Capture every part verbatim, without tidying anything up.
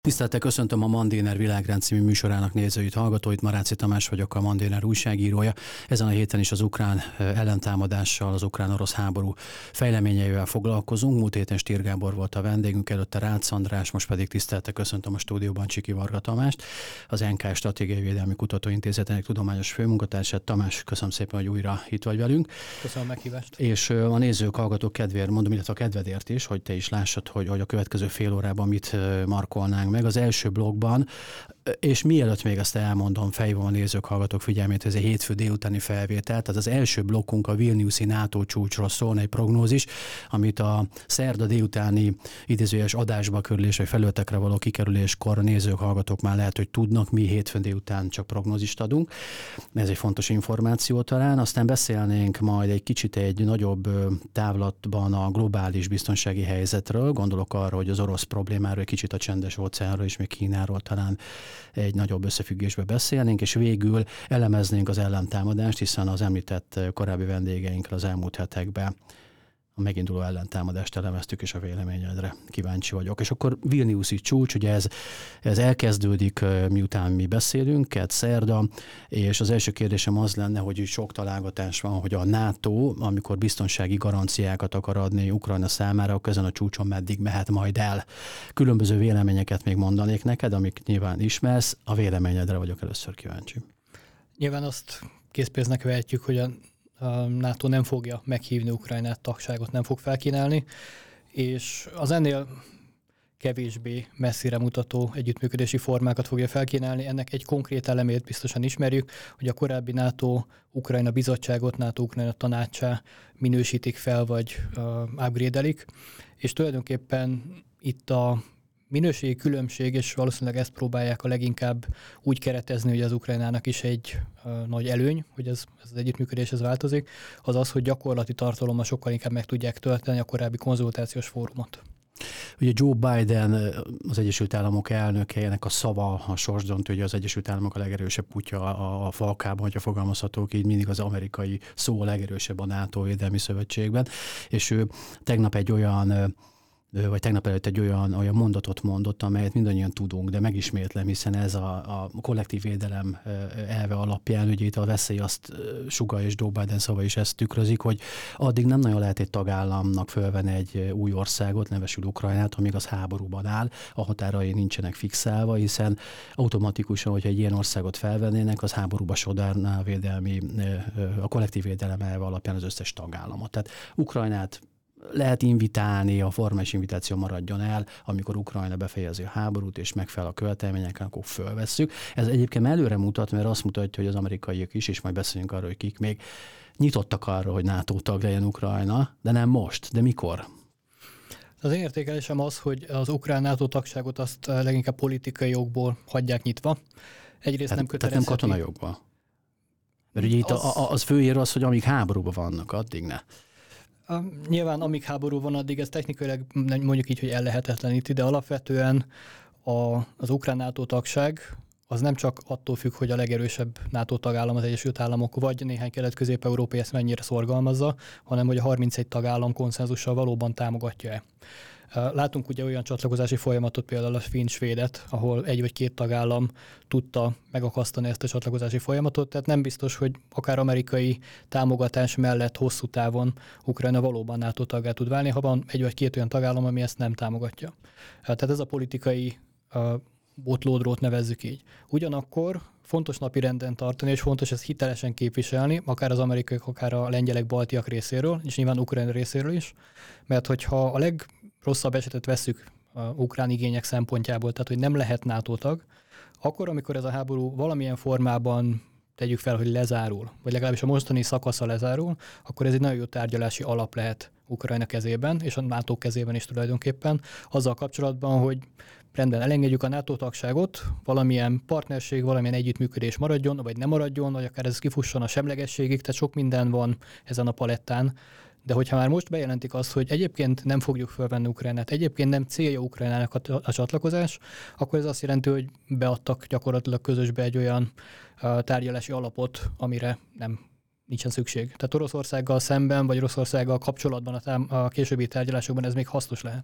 Tisztelettel köszöntöm a Mandéner Világrend című műsorának nézőit, hallgatóit. Maráci Tamás vagyok, a Mandéner újságírója. Ezen a héten is az ukrán ellentámadással, az ukrán-orosz háború fejleményeivel foglalkozunk. Múlt héten Stír Gábor volt a vendégünk, előtte Rácz András, most pedig tisztelettel köszöntöm a stúdióban Csiki Varga Tamást, az en ká Stratégiai Védelmi Kutatóintézetének tudományos főmunkatársát. Tamás, köszönöm szépen, hogy újra itt vagy velünk. Köszönöm a meghívást. És a nézők, hallgatók kedvéért mondom, illetve a kedvedért is, hogy te is lássad, hogy, hogy a következő fél órában mit markolnánk meg. Az első blogban, és mielőtt még azt elmondom, fejvom a nézők, hallgatók figyelmét, ez egy hétfő délutáni felvétel, tehát az első blokkunk a Vilniuszi NATO csúcsról szól, egy prognózis, amit a szerda délutáni idézőjeles adásba kerülés, vagy felületekre való kikerüléskor a nézők, hallgatók már lehet, hogy tudnak, mi hétfőn délután csak prognózist adunk. Ez egy fontos információ talán. Aztán beszélnénk majd egy kicsit egy nagyobb távlatban a globális biztonsági helyzetről. Gondolok arra, hogy az orosz problémáról, egy kicsit a csendes óceánról és még Kínáról talán egy nagyobb összefüggésbe beszélnénk, és végül elemeznénk az ellentámadást, hiszen az említett korábbi vendégeinkkel az elmúlt hetekben a meginduló ellentámadást elemeztük, és a véleményedre kíváncsi vagyok. És akkor Vilniuszi csúcs, ugye ez, ez elkezdődik, miután mi beszélünk, kedd szerda, és az első kérdésem az lenne, hogy sok találgatás van, hogy a NATO, amikor biztonsági garanciákat akar adni Ukrajna számára, akkor ezen a csúcson meddig mehet majd el. Különböző véleményeket még mondanék neked, amik nyilván ismersz, a véleményedre vagyok először kíváncsi. Nyilván azt készpénznek vehetjük, hogy a a NATO nem fogja meghívni Ukrajnát, tagságot nem fog felkínálni, és az ennél kevésbé messzire mutató együttműködési formákat fogja felkínálni. Ennek egy konkrét elemét biztosan ismerjük, hogy a korábbi NATO-Ukrajna bizottságot, NATO-Ukrajna tanácssá minősítik fel, vagy uh, upgrade-elik, és tulajdonképpen itt a minőségi különbség, és valószínűleg ezt próbálják a leginkább úgy keretezni, hogy az Ukrajnának is egy uh, nagy előny, hogy ez, ez az együttműködés ez változik, az az, hogy gyakorlati tartalommal sokkal inkább meg tudják tölteni a korábbi konzultációs fórumot. Ugye Joe Biden, az Egyesült Államok elnökének a szava, a sorsdöntő, hogy az Egyesült Államok a legerősebb kutya a, a falkában, hogyha fogalmazhatók így, mindig az amerikai szó a legerősebb a NATO védelmi szövetségben, és ő tegnap egy olyan vagy tegnap előtt egy olyan, olyan mondatot mondott, amelyet mindannyian tudunk, de megismétlem, hiszen ez a, a kollektív védelem elve alapján, ugye itt a veszély azt sugallja, és Joe Biden szava is ezt tükrözik, hogy addig nem nagyon lehet egy tagállamnak fölvenni egy új országot, nevesül Ukrajnát, amíg az háborúban áll, a határai nincsenek fixálva, hiszen automatikusan, hogyha egy ilyen országot felvennének, az háborúba sodorná a védelmi, a kollektív védelem elve alapján az összes tagállamot. Tehát Ukrajnát lehet invitálni, a formális invitáció maradjon el, amikor Ukrajna befejezi a háborút, és megfelel a követelményeknek, akkor fölvesszük. Ez egyébként előre mutat, mert azt mutatja, hogy az amerikaiak is, és majd beszélünk arról, hogy kik még nyitottak arra, hogy NATO tag legyen Ukrajna, de nem most, de mikor? Az én értékelésem az, hogy az ukrán NATO tagságot azt leginkább politikai jogból hagyják nyitva. Egyrészt tehát, nem kötelezheti. Tehát nem katonai jogban? Mert ugye itt az, a, az főér az, hogy amíg háborúban vannak, addig ne. Nyilván amíg háború van, addig ez technikailag mondjuk így, hogy ellehetetleníti, de alapvetően a, az ukrán NATO tagság az nem csak attól függ, hogy a legerősebb NATO tagállam az Egyesült Államok, vagy néhány kelet-közép-európai ezt mennyire szorgalmazza, hanem hogy a harmincegy tagállam konszenzussal valóban támogatja-e. Látunk ugye olyan csatlakozási folyamatot, például a finn-svédet, ahol egy vagy két tagállam tudta megakasztani ezt a csatlakozási folyamatot, tehát nem biztos, hogy akár amerikai támogatás mellett hosszú távon Ukrajna valóban NATO taggá tud válni, ha van egy vagy két olyan tagállam, ami ezt nem támogatja. Tehát ez a politikai botlódrót nevezzük így. Ugyanakkor fontos napirenden tartani, és fontos ezt hitelesen képviselni, akár az amerikaiak, akár a lengyelek, baltiak részéről, és nyilván Ukrajna részéről is, mert hogyha a legrosszabb esetet vesszük a ukrán igények szempontjából, tehát hogy nem lehet NATO tag, akkor, amikor ez a háború valamilyen formában tegyük fel, hogy lezárul, vagy legalábbis a mostani szakasza lezárul, akkor ez egy nagyon jó tárgyalási alap lehet Ukrajna kezében, és a NATO kezében is tulajdonképpen, azzal kapcsolatban, hogy rendben elengedjük a NATO tagságot, valamilyen partnerség, valamilyen együttműködés maradjon, vagy nem maradjon, vagy akár ez kifusson a semlegességig, tehát sok minden van ezen a palettán. De hogyha már most bejelentik azt, hogy egyébként nem fogjuk felvenni Ukrajnát, egyébként nem célja Ukrajnának a, a csatlakozás, akkor ez azt jelenti, hogy beadtak gyakorlatilag közösbe egy olyan uh, tárgyalási alapot, amire nem nincsen szükség. Tehát Oroszországgal szemben, vagy Oroszországgal kapcsolatban a, tám- a későbbi tárgyalásokban ez még hasznos lehet.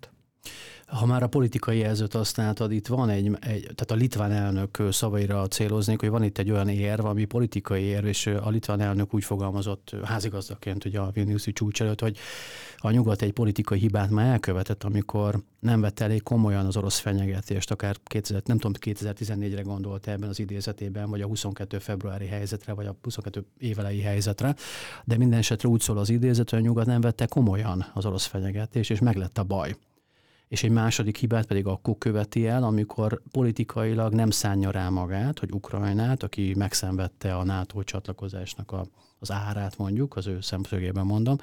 Ha már a politikai jelzőt használtad, itt van egy, egy, tehát a litván elnök szavaira céloznék, hogy van itt egy olyan érv, ami politikai érv, és a litván elnök úgy fogalmazott házigazdaként ugye a Vilniuszi csúcs előtt, hogy a nyugat egy politikai hibát már elkövetett, amikor nem vette elég komolyan az orosz fenyegetést, akár kétezer, nem tudom, kétezer-tizennégyre gondolt ebben az idézetében, vagy a huszonkettő februári helyzetre, vagy a huszonkettő évelei helyzetre, de minden esetre úgy szól az idézet, hogy a nyugat nem vette komolyan az orosz fenyegetést, és meglett a baj. És egy második hibát pedig akkor követi el, amikor politikailag nem szánja rá magát, hogy Ukrajnát, aki megszenvedte a NATO csatlakozásnak a, az árát mondjuk, az ő szemszögében mondom,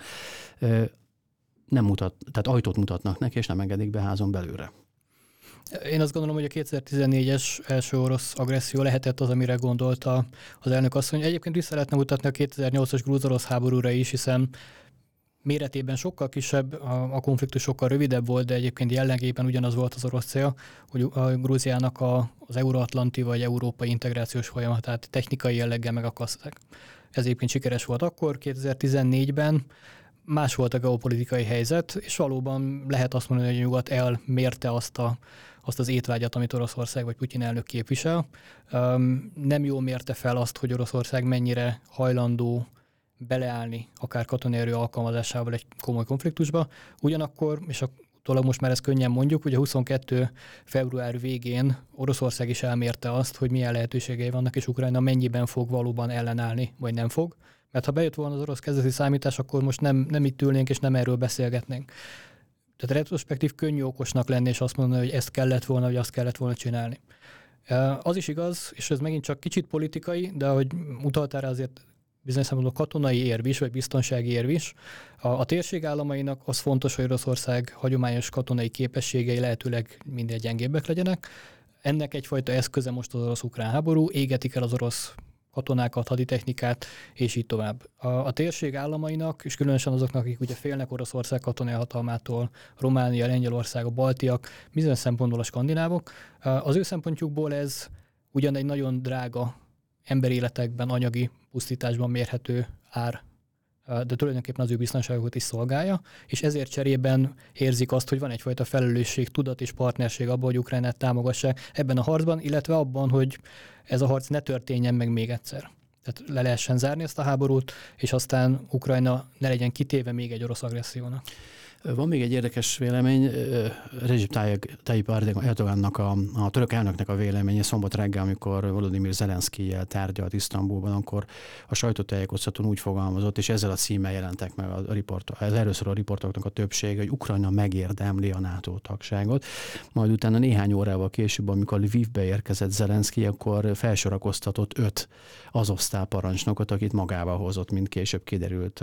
nem mutat, tehát ajtót mutatnak neki, és nem engedik be házon belőle. Én azt gondolom, hogy a kétezer-tizennégyes első orosz agresszió lehetett az, amire gondolta az elnök asszony. Egyébként vissza lehetne mutatni a kétezer-nyolcas grúz-orosz háborúra is, hiszen méretében sokkal kisebb, a, a konfliktus sokkal rövidebb volt, de egyébként jellegében ugyanaz volt az orosz cél, hogy a Grúziának a, az euróatlanti vagy európai integrációs folyamatát technikai jelleggel megakasztják. Ez egyébként sikeres volt akkor, kétezer-tizennégyben más volt a geopolitikai helyzet, és valóban lehet azt mondani, hogy a nyugat elmérte azt, a, azt az étvágyat, amit Oroszország vagy Putyin elnök képvisel. Nem jól mérte fel azt, hogy Oroszország mennyire hajlandó beleállni akár katonai erő alkalmazásával egy komoly konfliktusba. Ugyanakkor, és a utólag most már ezt könnyen mondjuk, hogy a huszonkettő február végén Oroszország is elmérte azt, hogy milyen lehetőségei vannak, és Ukrajna mennyiben fog valóban ellenállni, vagy nem fog. Mert ha bejött volna az orosz kezdeti számítás, akkor most nem, nem itt ülnénk, és nem erről beszélgetnénk. Tehát retrospektív könnyű okosnak lenni, és azt mondani, hogy ezt kellett volna, vagy azt kellett volna csinálni. Az is igaz, és ez megint csak kicsit politikai, de ahogy utaltál rá, azért bizonyos szempontból katonai érv is, vagy biztonsági érv is. A, a térség államainak az fontos, hogy Oroszország hagyományos katonai képességei lehetőleg minél gyengébbek legyenek. Ennek egyfajta eszköze most az orosz-ukrán háború, égetik el az orosz katonákat, haditechnikát, és így tovább. A, a térség államainak, és különösen azoknak, akik ugye félnek Oroszország katonai hatalmától, Románia, Lengyelország, a baltiak, bizonyos szempontból a skandinávok, az ő szempontjukból ez ugyan egy nagyon drága emberéletekben, anyagi pusztításban mérhető ár, de tulajdonképpen az ő biztonságokat is szolgálja, és ezért cserében érzik azt, hogy van egyfajta felelősség, tudat és partnerség abban, hogy Ukrajnát támogassák ebben a harcban, illetve abban, hogy ez a harc ne történjen meg még egyszer. Tehát le lehessen zárni ezt a háborút, és aztán Ukrajna ne legyen kitéve még egy orosz agressziónak. Van még egy érdekes vélemény, Recep Tayyip Erdogannak, a, a török elnöknek a véleménye szombat reggel, amikor Volodymyr Zelenszkijjel tárgyalt Isztambulban, akkor a sajtótájékoztatón úgy fogalmazott, és ezzel a címmel jelentek meg a riportok, ez először a riportoknak a többsége, hogy Ukrajna megérdemli a NATO tagságot. Majd utána néhány órával később, amikor Lvivbe érkezett Zelenszkij, akkor felsorakoztatott öt Azovsztál parancsnokot, akit magával hozott, mint később kiderült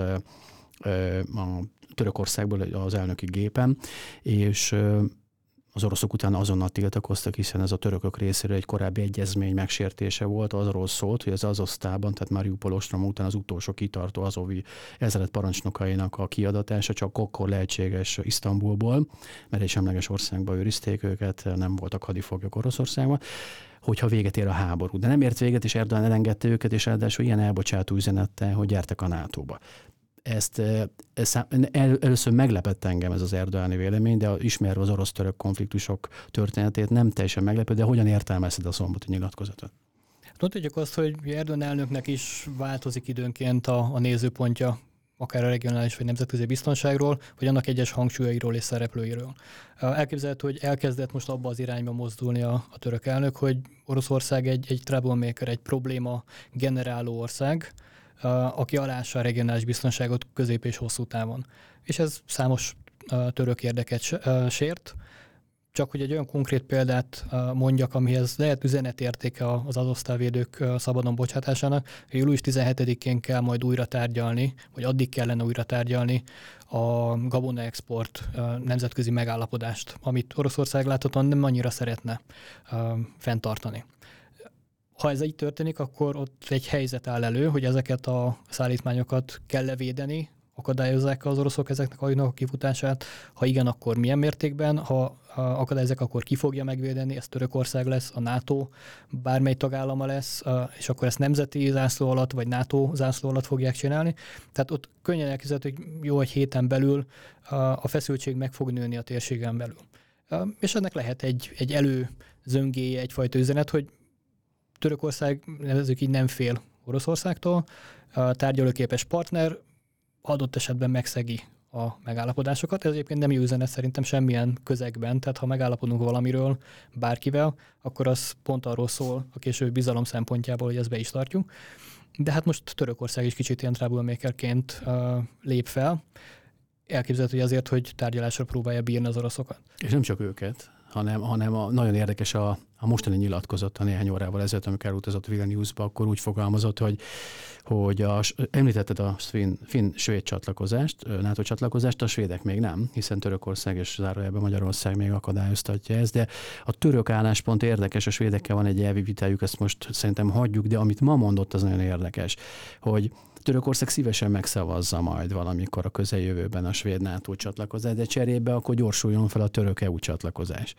a Törökországból az elnöki gépen, és az oroszok után azonnal tiltakoztak, hiszen ez a törökök részéről egy korábbi egyezmény megsértése volt, azról szólt, hogy az Azovsztálban, tehát Mariupol ostrom után az utolsó kitartó azovi ezred parancsnokainak a kiadatása csak akkor lehetséges Isztambulból, mert egy semleges országba őrizték őket, nem voltak hadifoglyok Oroszországban, hogyha véget ér a háború. De nem ért véget, és Erdogan elengedte őket, és ráadásul ilyen elbocsátó üzenettel, hogy gyertek a nátóba. Ezt, ezt el, először meglepett engem ez az Erdogani vélemény, de ismerve az orosz-török konfliktusok történetét nem teljesen meglepő, de hogyan értelmezted a szombati nyilatkozatot? Tudjuk azt, hogy Erdogan elnöknek is változik időnként a, a nézőpontja, akár a regionális vagy nemzetközi biztonságról, vagy annak egyes hangsúlyairól és szereplőiről. Elképzelhető, hogy elkezdett most abba az irányba mozdulni a, a török elnök, hogy Oroszország egy, egy troublemaker, egy probléma generáló ország, aki alássa a regionális biztonságot közép és hosszú távon. És ez számos török érdeket sért. Csak hogy egy olyan konkrét példát mondjak, amihez lehet üzenetértéke az Azovsztál-védők szabadon bocsátásának, hogy július tizenhetedikén kell majd újra tárgyalni, vagy addig kellene újra tárgyalni a gabona export nemzetközi megállapodást, amit Oroszország láthatóan nem annyira szeretne fenntartani. Ha ez így történik, akkor ott egy helyzet áll elő, hogy ezeket a szállítmányokat kell levédeni, akadályozzák az oroszok ezeknek a kifutását. Ha igen, akkor milyen mértékben? Ha akadályozzák, akkor ki fogja megvédeni? Ez Törökország lesz, a NATO bármely tagállama lesz, és akkor ezt nemzeti zászló alatt, vagy NATO zászló alatt fogják csinálni. Tehát ott könnyen elképzelhető, hogy jó egy héten belül a feszültség meg fog nőni a térségen belül. És ennek lehet egy, egy előzöngéje, egyfajta üzenet, hogy Törökország, nevezzük így, nem fél Oroszországtól, a tárgyalóképes partner, adott esetben megszegi a megállapodásokat. Ez egyébként nem jó üzenet szerintem semmilyen közegben, tehát ha megállapodunk valamiről bárkivel, akkor az pont arról szól a későbbi bizalom szempontjából, hogy ezt be is tartjuk. De hát most Törökország is kicsit ilyen troublemakerként uh, lép fel. Elképzelhető, hogy azért, hogy tárgyalásra próbálja bírni az oroszokat. És nem csak őket, hanem, hanem a, nagyon érdekes a, a mostani nyilatkozat a néhány órával ezelőtt, amikor elutazott Vilniusba, akkor úgy fogalmazott, hogy, hogy a, említetted a finn, finn-svéd csatlakozást, NATO csatlakozást, a svédek még nem, hiszen Törökország és zárójelben Magyarország még akadályoztatja ezt, de a török álláspont érdekes, a svédekkel van egy elvi vitájuk, ezt most szerintem hagyjuk, de amit ma mondott, az nagyon érdekes, hogy Törökország szívesen megszavazza majd valamikor a közeljövőben a svéd NATO csatlakozás, de cserébe akkor gyorsuljon fel a török é u csatlakozás.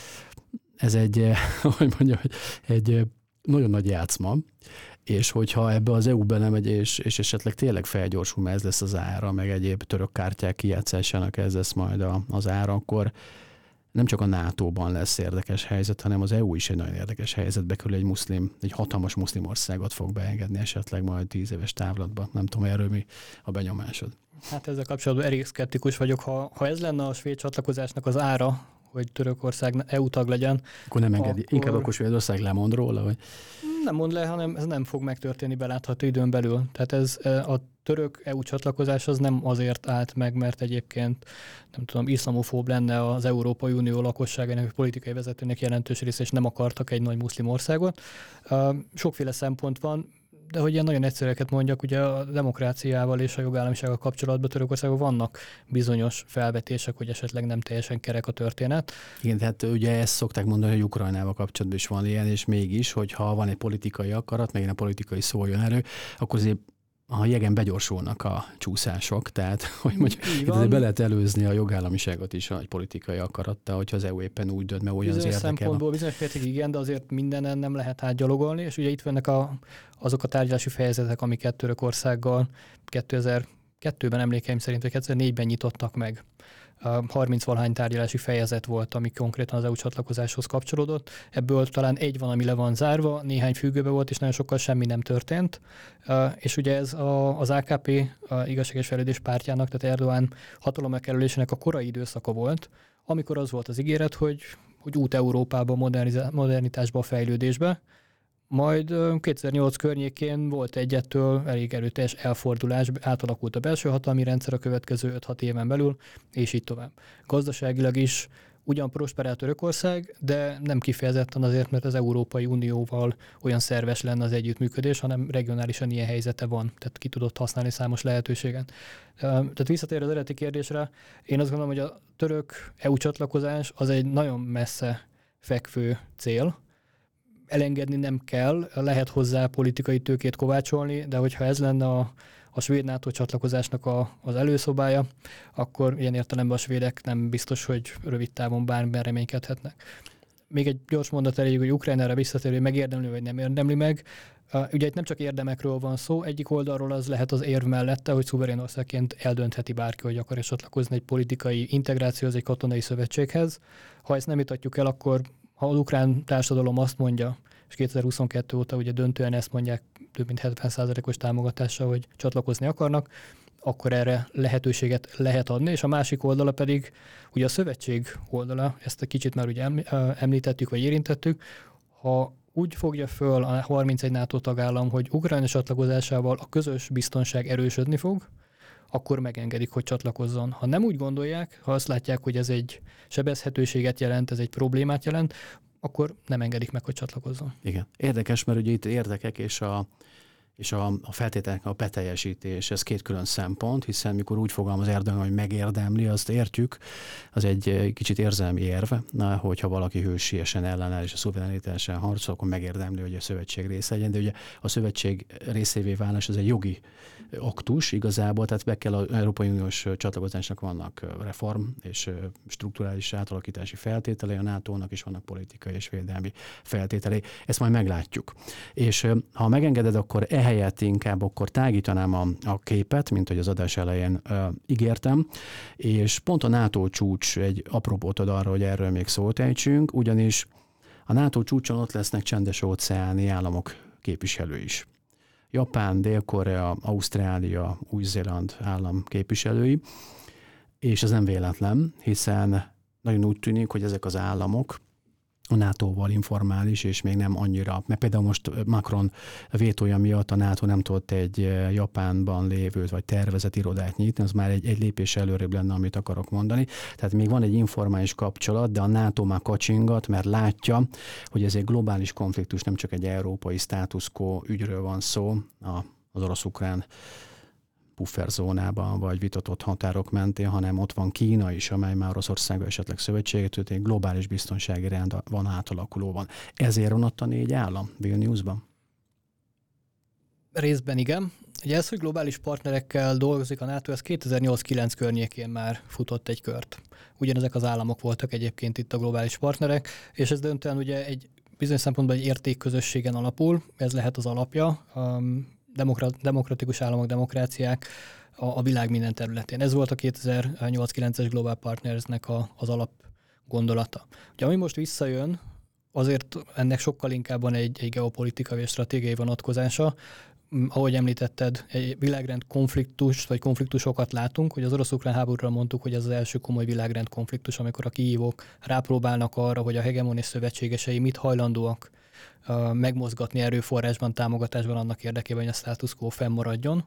Ez egy, hogy mondjam, egy nagyon nagy játszma, és hogyha ebbe az é u belemegy, és, és esetleg tényleg felgyorsul, mert ez lesz az ára, meg egyéb török kártyák kijátszásának ez lesz majd a, az ára, akkor nem csak a nátóban lesz érdekes helyzet, hanem az é u is egy nagyon érdekes helyzetbe kerül, egy muszlim, egy hatalmas muszlim országot fog beengedni esetleg majd tíz éves távlatba. Nem tudom, erről mi a benyomásod. Hát ezzel kapcsolatban elég szkeptikus vagyok. Ha, ha ez lenne a svéd csatlakozásnak az ára, hogy Törökország é u tag legyen. Akkor nem engedi. Akkor... Inkább akkor Svédország lemond róla, vagy? Nem mond le, hanem ez nem fog megtörténni belátható időn belül. Tehát ez a török é u csatlakozás az nem azért állt meg, mert egyébként nem tudom, iszlamofób lenne az Európai Unió lakosságának, politikai vezetőnek jelentős része, és nem akartak egy nagy muszlim országot. Sokféle szempont van, de hogy ilyen nagyon egyszerűeket mondjak, ugye a demokráciával és a jogállamisággal kapcsolatban Törökországban vannak bizonyos felvetések, hogy esetleg nem teljesen kerek a történet. Igen, tehát ugye ezt szokták mondani, hogy Ukrajnával kapcsolatban is van ilyen, és mégis, hogyha van egy politikai akarat, megint a politikai szó jön elő, akkor azért a jegen begyorsulnak a csúszások, tehát hogy mondjuk be lehet előzni a jogállamiságot is egy politikai akarattal, hogyha az é u éppen úgy dönt, mert olyan bizonyos az érdeke szempontból bizonyos mértékig igen, de azért mindenen nem lehet átgyalogolni, és ugye itt vannak a, azok a tárgyalási fejezetek, amiket Törökországgal kétezer-kettőben emlékeim szerint, vagy kétezer-négyben nyitottak meg. harminc-valahány tárgyalási fejezet volt, ami konkrétan az é u csatlakozáshoz kapcsolódott. Ebből talán egy van, ami le van zárva, néhány függőbe volt, és nagyon sokkal semmi nem történt. És ugye ez a, az á ká pé, a Igazságos Fejlődés Pártjának, tehát Erdoğan hatalomra kerülésének a korai időszaka volt, amikor az volt az ígéret, hogy, hogy út Európába, modernitásba, a fejlődésbe. Majd kétezer-nyolc környékén volt egy ettől elég erőteljes elfordulás, átalakult a belső hatalmi rendszer a következő öt-hat éven belül, és így tovább. Gazdaságilag is ugyan prosperált Törökország, de nem kifejezetten azért, mert az Európai Unióval olyan szerves lenne az együttműködés, hanem regionálisan ilyen helyzete van, tehát ki tudott használni számos lehetőséget. Tehát visszatér az eredeti kérdésre, én azt gondolom, hogy a török é u csatlakozás az egy nagyon messze fekvő cél, elengedni nem kell, lehet hozzá politikai tőkét kovácsolni, de hogyha ez lenne a, a svéd NATO csatlakozásnak a, az előszobája, akkor ilyen értelemben a svédek nem biztos, hogy rövid távon bármiben reménykedhetnek. Még egy gyors mondat elég, hogy Ukrajnára visszatérő, hogy megérdemli vagy nem érdemli meg. Ugye itt nem csak érdemekről van szó, egyik oldalról az lehet az érv mellette, hogy szuverén országként eldöntheti bárki, hogy akar csatlakozni egy politikai integrációhoz, egy katonai szövetséghez. Ha ezt nem vitatjuk el, akkor ha az ukrán társadalom azt mondja, és kétezer-huszonkettő óta ugye döntően ezt mondják több mint hetven százalékos támogatással, hogy csatlakozni akarnak, akkor erre lehetőséget lehet adni, és a másik oldala pedig ugye a szövetség oldala, ezt egy kicsit már ugye említettük, vagy érintettük, ha úgy fogja föl a harmincegy NATO tagállam, hogy Ukrajna csatlakozásával a közös biztonság erősödni fog, akkor megengedik, hogy csatlakozzon. Ha nem úgy gondolják, ha azt látják, hogy ez egy sebezhetőséget jelent, ez egy problémát jelent, akkor nem engedik meg, hogy csatlakozzon. Igen. Érdekes, mert ugye itt érdekek és a, és a, a feltételek a beteljesítés, ez két külön szempont, hiszen mikor úgy fogalmaz Erdogan, hogy megérdemli, azt értjük, az egy kicsit érzelmi érv, na, hogyha valaki hősiesen ellenáll és a szuverenitással harcol, akkor megérdemli, hogy a szövetség része legyen, de ugye a szövetség részévé válás az egy jogi aktus igazából, tehát be kell az Európai Uniós csatlakozásnak vannak reform és strukturális átalakítási feltételei, a nátónak is vannak politikai és védelmi feltételei. Ezt majd meglátjuk. És ha megengeded, akkor ehelyett inkább akkor tágítanám a, a képet, mint hogy az adás elején ö, ígértem, és pont a NATO csúcs egy apropót ad arra, hogy erről még szót ejtsünk, ugyanis a NATO csúcson ott lesznek csendes-óceáni államok képviselői is. Japán, Dél-Korea, Ausztrália, Új-Zéland állam képviselői, és ez nem véletlen, hiszen nagyon úgy tűnik, hogy ezek az államok a nátóval informális, és még nem annyira, mert például most Macron vétója miatt a NATO nem tudott egy Japánban lévő vagy tervezett irodát nyitni, az már egy, egy lépés előrébb lenne, amit akarok mondani. Tehát még van egy informális kapcsolat, de a NATO már kacsingat, mert látja, hogy ez egy globális konfliktus, nem csak egy európai status quo ügyről van szó, az orosz-ukrán pufferzónában, vagy vitatott határok mentén, hanem ott van Kína is, amely már Oroszországgal esetleg szövetséget köt, egy globális biztonsági rend van átalakulóban. Ezért van ott a négy állam Vilniusban? Részben igen. Ugye ez, hogy globális partnerekkel dolgozik a NATO, ez kétezer-nyolc-kilenc környékén már futott egy kört. Ugyanezek az államok voltak egyébként itt a globális partnerek, és ez döntően ugye egy bizonyos szempontból egy értékközösségen alapul, ez lehet az alapja, um, demokratikus államok, demokráciák a, a világ minden területén. Ez volt a kétezer-nyolc-kilences Global Partnersnek a, az alap gondolata. Ugye ami most visszajön, azért ennek sokkal inkább van egy, egy geopolitikai és stratégiai vonatkozása. Ahogy említetted, egy világrend konfliktust, vagy konfliktusokat látunk, hogy az orosz-ukrán háborúra mondtuk, hogy ez az első komoly világrend konfliktus, amikor a kihívók rápróbálnak arra, hogy a hegemon és szövetségesei mit hajlandóak uh, megmozgatni erőforrásban, támogatásban annak érdekében, hogy a status quo fennmaradjon.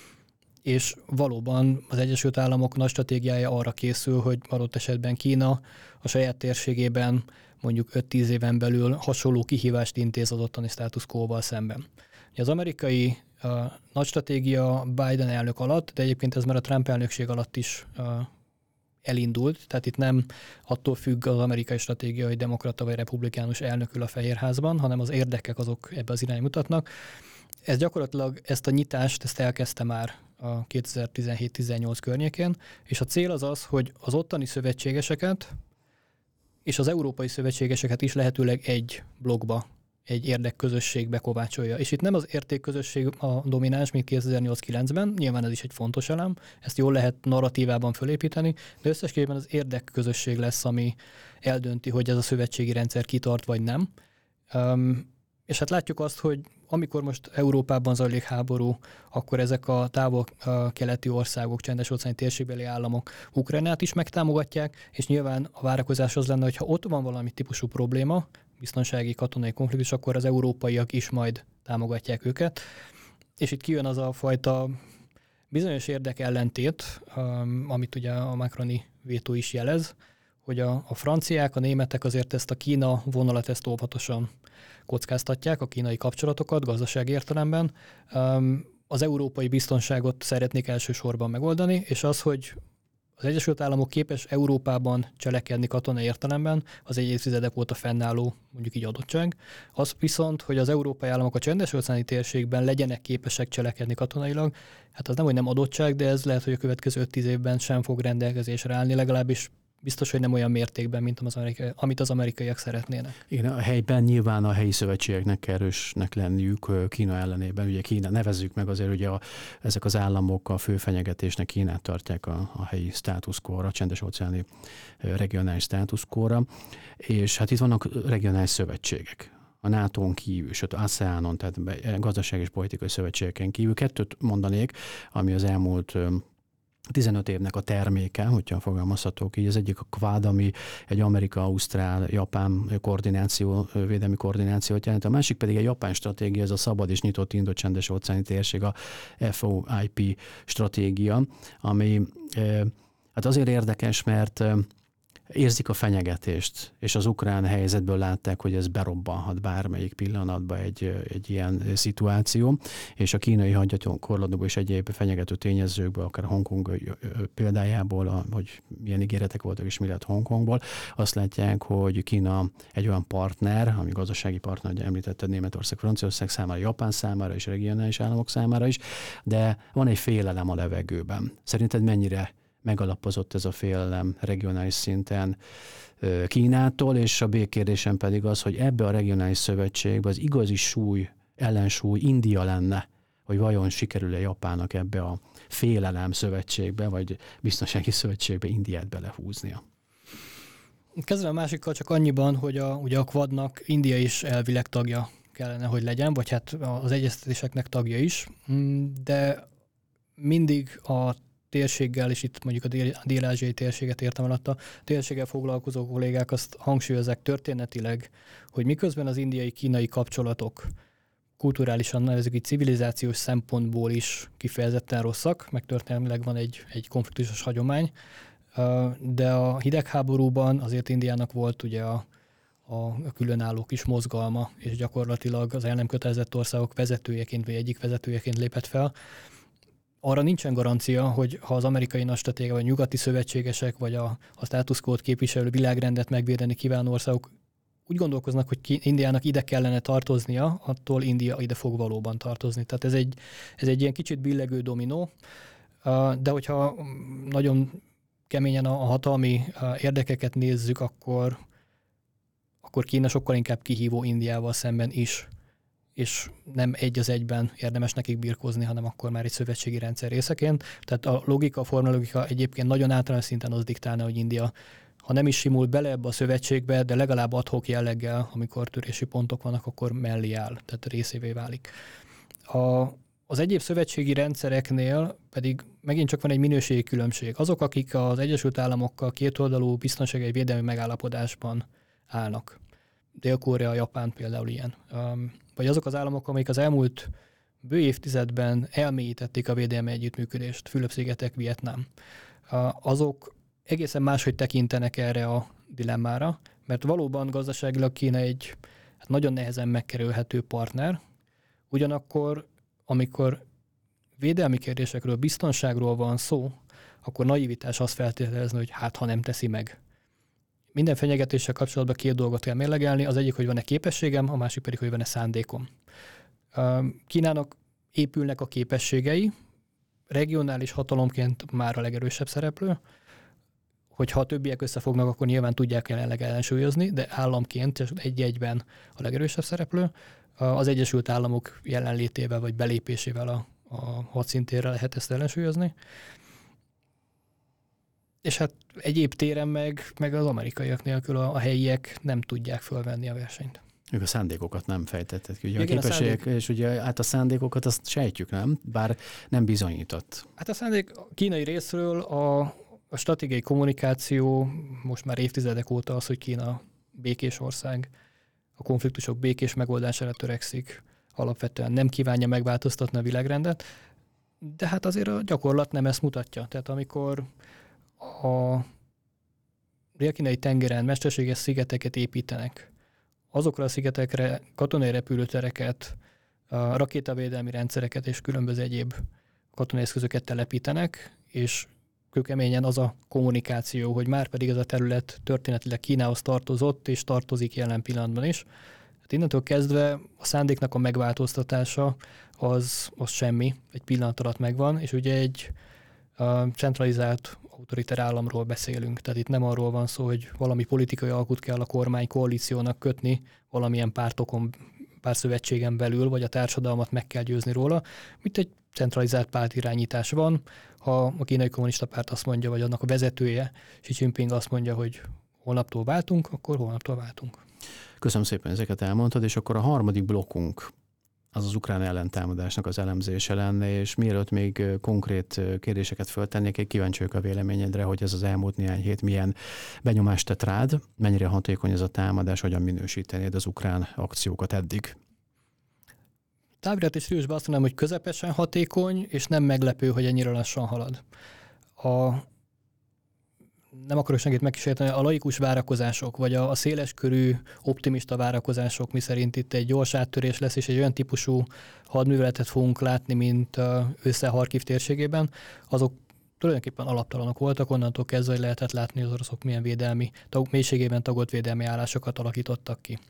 És valóban az Egyesült Államok nagy stratégiája arra készül, hogy adott esetben Kína a saját térségében mondjuk öt-tíz éven belül hasonló kihívást intéz az ottani status quo-val szemben. Az amerikai uh, nagy stratégia Biden elnök alatt, de egyébként ez már a Trump elnökség alatt is uh, elindult, tehát itt nem attól függ az amerikai stratégia, hogy demokrata vagy republikánus elnökül a Fehérházban, hanem az érdekek azok ebbe az irány mutatnak. Ez gyakorlatilag ezt a nyitást, ezt elkezdte már a kétezer-tizenhét-tizennyolc környékén, és a cél az az, hogy az ottani szövetségeseket és az európai szövetségeseket is lehetőleg egy blokkba, egy érdekközösségbe kovácsolja. És itt nem az értékközösség a domináns, mint kétezer-nyolc-kilencben, nyilván ez is egy fontos elem, ezt jól lehet narratívában fölépíteni, de összességében az érdekközösség lesz, ami eldönti, hogy ez a szövetségi rendszer kitart vagy nem. Um, és hát látjuk azt, hogy amikor most Európában zajlik háború, akkor ezek a távol-keleti országok, csendes-óceáni térségbeli államok Ukrajnát is megtámogatják, és nyilván a várakozás az lenne, hogy ha ott van valami típusú probléma, biztonsági, katonai konfliktus, akkor az európaiak is majd támogatják őket. És itt kijön az a fajta bizonyos érdekellentét, amit ugye a Macroni vétó is jelez, hogy a, a franciák, a németek azért ezt a Kína vonalat ezt óvatosan kockáztatják, a kínai kapcsolatokat gazdasági értelemben. Az európai biztonságot szeretnék elsősorban megoldani, és az, hogy az Egyesült Államok képes Európában cselekedni katonai értelemben, az egy évtizedek óta fennálló, mondjuk így adottság. Az viszont, hogy az európai államok a csendes-óceáni térségben legyenek képesek cselekedni katonailag, hát az nem, hogy nem adottság, de ez lehet, hogy a következő öt-tíz évben sem fog rendelkezésre állni, legalábbis biztos, hogy nem olyan mértékben, mint az amerikai, amit az amerikaiak szeretnének. Igen, a helyben nyilván a helyi szövetségeknek erősnek lenniük Kína ellenében. Ugye Kína, nevezzük meg azért, ugye a, ezek az államok a fő fenyegetésnek Kínát tartják a, a helyi státuszkóra, a csendes-óceáni regionális státuszkóra, és hát itt vannak regionális szövetségek. A nátón kívül, sőt ASEANon, tehát gazdaság és politikai szövetségeken kívül. Kettőt mondanék, ami az elmúlt tizenöt évnek a terméke, hogyha fogalmazhatok így. Az egyik a Quad, ami egy Amerika, Ausztrál, Japán koordináció, védelmi koordinációt jelent. A másik pedig egy japán stratégia, ez a szabad és nyitott indo-csendes óceáni térség, a F O I P stratégia, ami hát azért érdekes, mert érzik a fenyegetést, és az ukrán helyzetből látták, hogy ez berobbanhat bármelyik pillanatban egy, egy ilyen szituáció, és a kínai hadgyakorlatokból és egyéb fenyegető tényezőkből, akár Hongkong példájából, hogy milyen ígéretek voltak és mi lett Hongkongból, azt látják, hogy Kína egy olyan partner, ami gazdasági partner, hogy említetted Németország, Franciaország számára, Japán számára és regionális államok számára is, de van egy félelem a levegőben. Szerinted mennyire megalapozott ez a félelem regionális szinten Kínától, és a B-kérdésem pedig az, hogy ebbe a regionális szövetségbe az igazi súly, ellensúly India lenne, hogy vajon sikerül-e Japánnak ebbe a félelem szövetségbe, vagy biztonsági szövetségbe Indiát belehúznia? Kezdve a másikkal csak annyiban, hogy a, ugye a Quadnak India is elvileg tagja kellene, hogy legyen, vagy hát az egyeztetéseknek tagja is, de mindig a térséggel, és itt mondjuk a dél-ázsiai térséget értem alatt, a térséggel foglalkozó kollégák azt hangsúlyozzák történetileg, hogy miközben az indiai-kínai kapcsolatok kulturálisan, nevezzük így civilizációs szempontból is kifejezetten rosszak, meg történelmileg van egy, egy konfliktusos hagyomány, de a hidegháborúban azért Indiának volt ugye a, a különálló kis mozgalma, és gyakorlatilag az el nem kötelezett országok vezetőjeként, vagy egyik vezetőjeként lépett fel. Arra nincsen garancia, hogy ha az amerikai nagy stratégia, vagy nyugati szövetségesek, vagy a, a status quo-t képviselő világrendet megvédeni kívánó országok úgy gondolkoznak, hogy Indiának ide kellene tartoznia, attól India ide fog valóban tartozni. Tehát ez egy, ez egy ilyen kicsit billegő dominó, de hogyha nagyon keményen a hatalmi érdekeket nézzük, akkor, akkor Kína sokkal inkább kihívó Indiával szemben is, és nem egy az egyben érdemes nekik birkózni, hanem akkor már egy szövetségi rendszer részeként. Tehát a logika, a formálogika egyébként nagyon általános szinten az diktálna, hogy India, ha nem is simul bele ebbe a szövetségbe, de legalább ad-hoc jelleggel, amikor törési pontok vannak, akkor mellé áll, tehát részévé válik. A, az egyéb szövetségi rendszereknél pedig megint csak van egy minőségi különbség. Azok, akik az Egyesült Államokkal kétoldalú biztonsági védelmi megállapodásban állnak. Dél-Korea, Japán például ilyen. Vagy azok az államok, amik az elmúlt bő évtizedben elmélyítették a védelmi együttműködést, Fülöp-szigetek, Vietnám. Azok egészen máshogy tekintenek erre a dilemmára, mert valóban gazdaságilag Kína egy hát nagyon nehezen megkerülhető partner, ugyanakkor amikor védelmi kérdésekről, biztonságról van szó, akkor naivitás azt feltételezni, hogy hát ha nem teszi meg. Minden fenyegetéssel kapcsolatban két dolgot kell mérlegelni, az egyik, hogy van-e képességem, a másik pedig, hogy van-e szándékom. Kínának épülnek a képességei, regionális hatalomként már a legerősebb szereplő, hogyha a többiek összefognak, akkor nyilván tudják jelenleg ellensúlyozni, de államként egy-egyben a legerősebb szereplő. Az Egyesült Államok jelenlétével vagy belépésével a, a hadszintérre lehet ezt ellensúlyozni. És hát egyéb téren meg, meg az amerikaiak nélkül a, a helyiek nem tudják fölvenni a versenyt. Ők a szándékokat nem fejtettek ki. Ugye igen, a képességek, a szándék... és ugye hát a szándékokat azt sejtjük, nem? Bár nem bizonyított. Hát a szándék a kínai részről a, a stratégiai kommunikáció most már évtizedek óta az, hogy Kína békés ország, a konfliktusok békés megoldására törekszik, alapvetően nem kívánja megváltoztatni a világrendet, de hát azért a gyakorlat nem ezt mutatja. Tehát amikor a dél-kínai tengeren mesterséges szigeteket építenek, azokra a szigetekre katonai repülőtereket, rakétavédelmi rendszereket és különböző egyéb katonai eszközöket telepítenek, és kőkeményen az a kommunikáció, hogy már pedig ez a terület történetileg Kínához tartozott, és tartozik jelen pillanatban is. Hát innentől kezdve a szándéknak a megváltoztatása az, az semmi, egy pillanat alatt megvan, és ugye egy uh, centralizált autoriter államról beszélünk. Tehát itt nem arról van szó, hogy valami politikai alkut kell a kormány koalíciónak kötni valamilyen pártokon, párszövetségen belül, vagy a társadalmat meg kell győzni róla, mint egy centralizált pártirányítás van. Ha a kínai kommunista párt azt mondja, vagy annak a vezetője, Xi Jinping azt mondja, hogy holnaptól váltunk, akkor holnaptól váltunk. Köszönöm szépen, ezeket elmondtad, és akkor a harmadik blokkunk az az ukrán ellentámadásnak az elemzése lenne, és mielőtt még konkrét kérdéseket föltennék, egy kíváncsi vagyok a véleményedre, hogy ez az elmúlt néhány hét milyen benyomást tett rád, mennyire hatékony ez a támadás, hogyan minősítenéd az ukrán akciókat eddig? Távirati stílusban azt mondanám, hogy közepesen hatékony, és nem meglepő, hogy ennyire lassan halad. A, nem akarok senkit megkísérteni, a laikus várakozások, vagy a, a széleskörű optimista várakozások, miszerint itt egy gyors áttörés lesz, és egy olyan típusú hadműveletet fogunk látni, mint össze Harkiv térségében, azok tulajdonképpen alaptalanok voltak, onnantól kezdve, hogy lehetett látni, hogy az oroszok milyen védelmi, tag, mélységében tagolt védelmi állásokat alakítottak ki.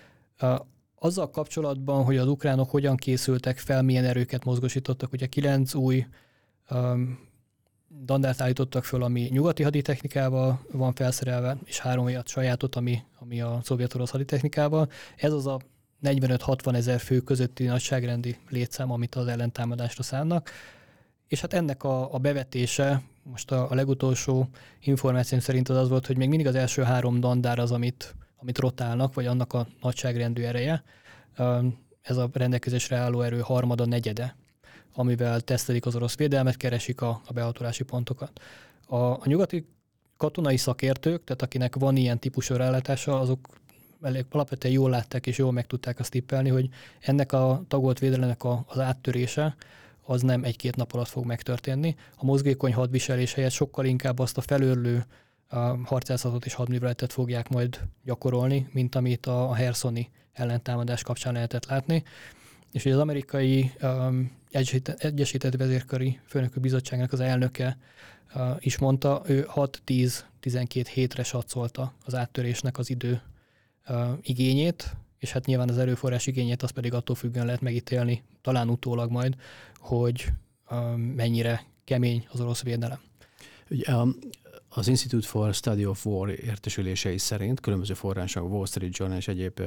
Azzal kapcsolatban, hogy az ukránok hogyan készültek fel, milyen erőket mozgosítottak, ugye kilenc új um, dandárt állítottak föl, ami nyugati haditechnikával van felszerelve, és három olyat sajátot, ami, ami a szovjet-orosz haditechnikával. Ez az a negyvenöt-hatvan ezer fő közötti nagyságrendi létszám, amit az ellentámadásra szánnak. És hát ennek a, a bevetése, most a, a legutolsó információm szerint az az volt, hogy még mindig az első három dandár az, amit, amit rotálnak, vagy annak a nagyságrendű ereje. Ez a rendelkezésre álló erő harmada, negyede, amivel tesztelik az orosz védelmet, keresik a, a behatolási pontokat. A, a nyugati katonai szakértők, tehát akinek van ilyen típusú rálátása, azok elég alapvetően jól látták és jól meg tudták azt tippelni, hogy ennek a tagolt védelemnek a, az áttörése az nem egy-két nap alatt fog megtörténni. A mozgékony hadviselés helyett sokkal inkább azt a felőrlő a harcászatot és hadműveletet fogják majd gyakorolni, mint amit a Hersoni ellentámadás kapcsán lehetett látni. És az amerikai um, Egyesített Vezérkari Főnökök Bizottságnak az elnöke uh, is mondta, ő hat-tíz-tizenkét hétre satszolta az áttörésnek az idő uh, igényét, és hát nyilván az erőforrás igényét azt pedig attól függően lehet megítélni, talán utólag majd, hogy um, mennyire kemény az orosz védelem. Ugye, um... Az Institute for Study of War értesülései szerint különböző források, Wall Street Journal és egyéb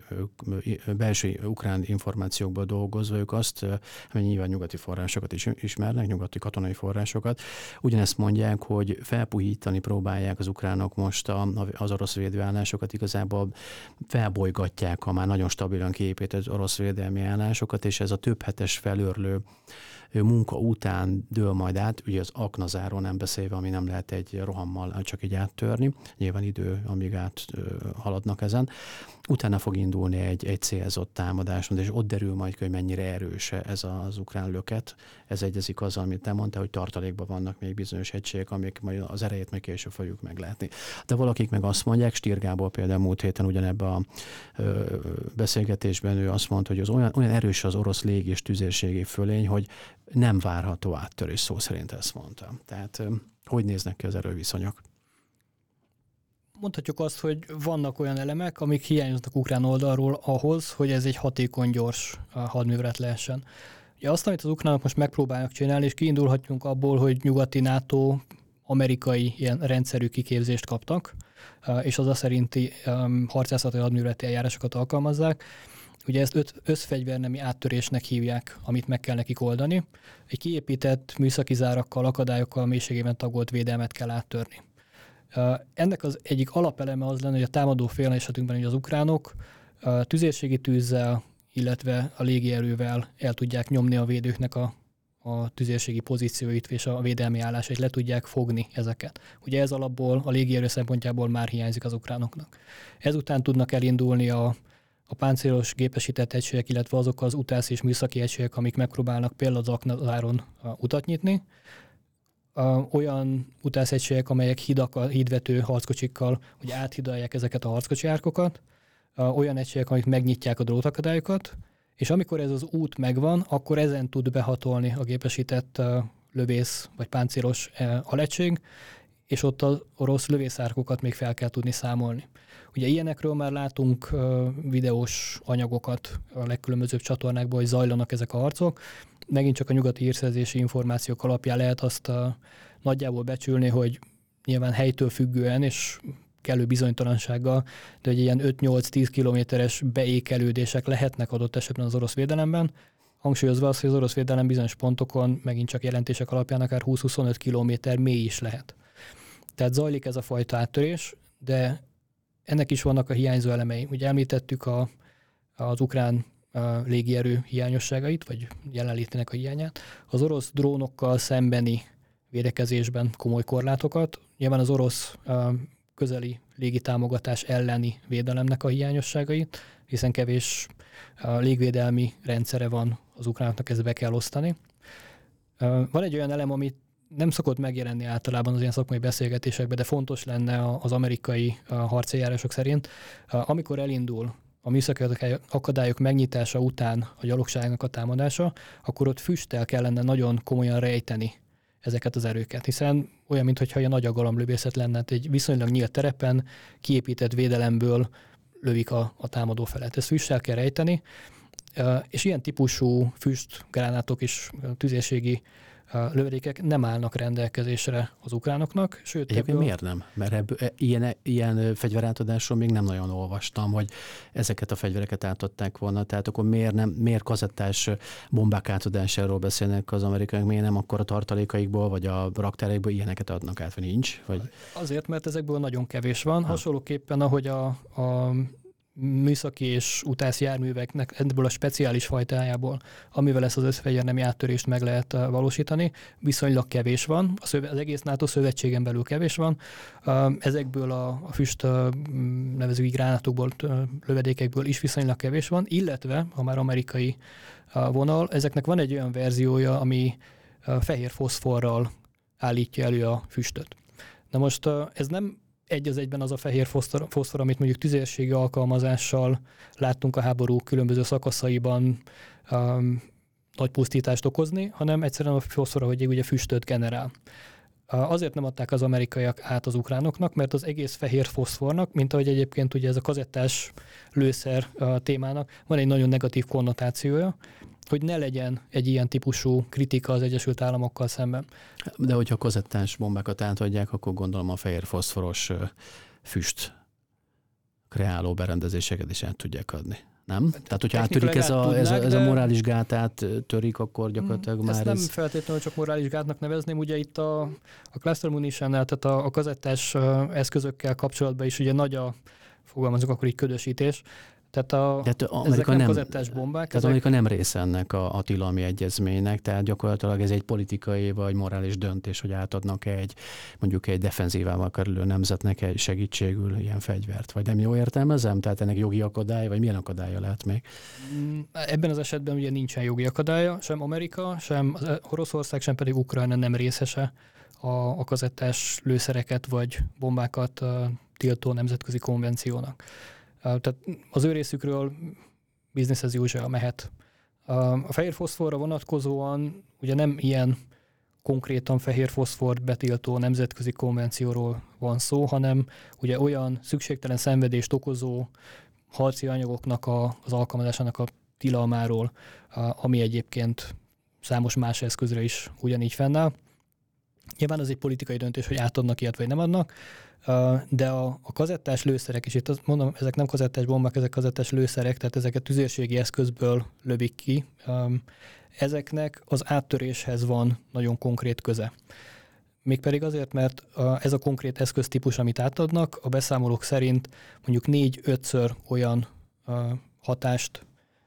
belső ukrán információkból dolgozva, ők azt, hogy nyilván nyugati forrásokat is ismernek, nyugati katonai forrásokat, ugyanezt mondják, hogy felpuhítani próbálják az ukránok most az orosz védőállásokat, igazából felbolygatják a már nagyon stabilan kiépített orosz védelmi állásokat, és ez a több hetes felőrlő munka után dől majd át, ugye az aknazáról nem beszélve, ami nem lehet egy rohammal csak így áttörni, nyilván idő, amíg át haladnak ezen. Utána fog indulni egy, egy célzott támadás, és ott derül majd, hogy mennyire erős ez az ukrán löket. Ez egyezik azzal, amit te mondtál, hogy tartalékban vannak még bizonyos egységek, amik majd az erejét meg később fogjuk meglátni. De valakik meg azt mondják, Stier Gábor például múlt héten ugyanebben a ö, beszélgetésben ő azt mondta, hogy az olyan, olyan erős az orosz légi és tüzérségi fölény, hogy nem várható áttörés, szó szerint ezt mondta. Tehát ö, hogy néznek ki az erőviszonyok? Mondhatjuk azt, hogy vannak olyan elemek, amik hiányoznak ukrán oldalról ahhoz, hogy ez egy hatékony, gyors hadművelet lehessen. Ugye azt, amit az ukránok most megpróbálnak csinálni, és kiindulhatjunk abból, hogy nyugati NATO, amerikai ilyen rendszerű kiképzést kaptak, és az a szerinti harcászati hadműveleti eljárásokat alkalmazzák. Ugye ezt összfegyvernemi áttörésnek hívják, amit meg kell nekik oldani. Egy kiépített műszaki zárakkal, akadályokkal, mélységében tagolt védelmet kell áttörni. Ennek az egyik alapeleme az lenne, hogy a támadó fél esetünkben hogy az ukránok tüzérségi tűzzel, illetve a légierővel el tudják nyomni a védőknek a, a tüzérségi pozícióit és a védelmi állásait, le tudják fogni ezeket. Ugye ez alapból a légierő szempontjából már hiányzik az ukránoknak. Ezután tudnak elindulni a, a páncélos gépesített egységek, illetve azok az utász és műszaki egységek, amik megpróbálnak például az aknazáron utat nyitni, olyan utászegységek, amelyek hidakkal, hídvető harckocsikkal ugye áthidalják ezeket a harckocsi árkokat, olyan egységek, amik megnyitják a drótakadályokat, és amikor ez az út megvan, akkor ezen tud behatolni a gépesített lövész vagy páncélos alegység, és ott az orosz lövészárkokat még fel kell tudni számolni. Ugye ilyenekről már látunk videós anyagokat a legkülönbözőbb csatornákban, hogy zajlanak ezek a harcok. Megint csak a nyugati hírszerzési információk alapján lehet azt a, nagyjából becsülni, hogy nyilván helytől függően és kellő bizonytalansággal, de hogy ilyen öt-nyolc-tíz kilométeres beékelődések lehetnek adott esetben az orosz védelemben, hangsúlyozva azt, hogy az orosz védelem bizonyos pontokon megint csak jelentések alapján akár húsz-huszonöt kilométer mély is lehet. Tehát zajlik ez a fajta áttörés, de ennek is vannak a hiányzó elemei. Ugye említettük a, az ukrán a légierő hiányosságait, vagy jelenlétének a hiányát. Az orosz drónokkal szembeni védekezésben komoly korlátokat. Nyilván az orosz közeli légitámogatás elleni védelemnek a hiányosságait, hiszen kevés légvédelmi rendszere van az ukránoknak, ezt be kell osztani. Van egy olyan elem, amit nem szokott megjelenni általában az ilyen szakmai beszélgetésekben, de fontos lenne az amerikai harceljárások szerint. Amikor elindul a műszaki akadályok megnyitása után a gyalogságnak a támadása, akkor ott füsttel kellene nagyon komolyan rejteni ezeket az erőket, hiszen olyan, mintha ilyen nagy agalamlövészet lenne, egy viszonylag nyílt terepen, kiépített védelemből lövik a, a támadó felet. Ezt füsttel kell rejteni, és ilyen típusú füstgránátok és tüzérségi lövedékek nem állnak rendelkezésre az ukránoknak. Sőt, Egyébként ebből... miért nem? Mert ebből, ilyen, ilyen fegyverátadásról még nem nagyon olvastam, hogy ezeket a fegyvereket átadták volna. Tehát akkor miért, nem, miért kazettás bombák átadásáról beszélnek az amerikaiak, miért nem akkor a tartalékaikból, vagy a raktáraikból ilyeneket adnak át, vagy nincs? Vagy... Azért, mert ezekből nagyon kevés van. Ha. Hasonlóképpen, ahogy a, a műszaki és utász járműveknek ebből a speciális fajtájából, amivel ezt az összfegyvernemi áttörést meg lehet valósítani, viszonylag kevés van. A szöve, az egész NATO szövetségen belül kevés van. Ezekből a, a füst nevező így gránátokból, lövedékekből is viszonylag kevés van, illetve, ha már amerikai vonal, ezeknek van egy olyan verziója, ami fehér foszforral állítja elő a füstöt. Na most ez nem egy az egyben az a fehér foszfor, foszfor, amit mondjuk tüzérségi alkalmazással láttunk a háború különböző szakaszaiban um, nagy pusztítást okozni, hanem egyszerűen a foszfor, hogy ugye füstöt generál. Uh, azért nem adták az amerikaiak át az ukránoknak, mert az egész fehér foszfornak, mint ahogy egyébként ugye ez a kazettás lőszer uh, témának, van egy nagyon negatív konnotációja, hogy ne legyen egy ilyen típusú kritika az Egyesült Államokkal szemben. De hogyha kazettás bombákat átadják, akkor gondolom a fehér foszforos füst kreáló berendezéseket is át tudják adni. Nem? Tehát, hogyha áttörik ez a, ez, a, ez a morális gátát törik, akkor gyakorlatilag már ezt nem ez... feltétlenül csak morális gátnak nevezném. Ugye itt a, a cluster munition-nel, tehát a, a kazettás eszközökkel kapcsolatban is ugye nagy a, fogalmazunk akkor így ködösítés. Tehát, a, tehát Amerika ezek nem, nem kazettás bombák. Tehát ezek... Amerika nem része ennek a, a tilalmi egyezménynek, tehát gyakorlatilag ez egy politikai vagy morális döntés, hogy átadnak egy mondjuk egy defenzívával kerülő nemzetnek egy segítségül ilyen fegyvert. Vagy nem jó értelmezem? Tehát ennek jogi akadály, vagy milyen akadálya lehet még? Ebben az esetben ugye nincsen jogi akadálya, sem Amerika, sem Oroszország, sem pedig Ukrajna nem részese a, a kazettás lőszereket vagy bombákat a tiltó nemzetközi konvenciónak. Tehát az ő részükről business as usual mehet. A fehér foszforra vonatkozóan ugye nem ilyen konkrétan fehér foszfort betiltó nemzetközi konvencióról van szó, hanem ugye olyan szükségtelen szenvedést okozó harci anyagoknak a, az alkalmazásának a tilalmáról, ami egyébként számos más eszközre is ugyanígy fennáll. Nyilván az egy politikai döntés, hogy átadnak ilyet, vagy nem adnak, de a, a kazettás lőszerek, és itt azt mondom, ezek nem kazettás bombák, ezek kazettás lőszerek, tehát ezeket tüzérségi eszközből lövik ki. Ezeknek az áttöréshez van nagyon konkrét köze. Mégpedig azért, mert ez a konkrét eszköztípus, amit átadnak, a beszámolók szerint mondjuk négy-ötször olyan hatást,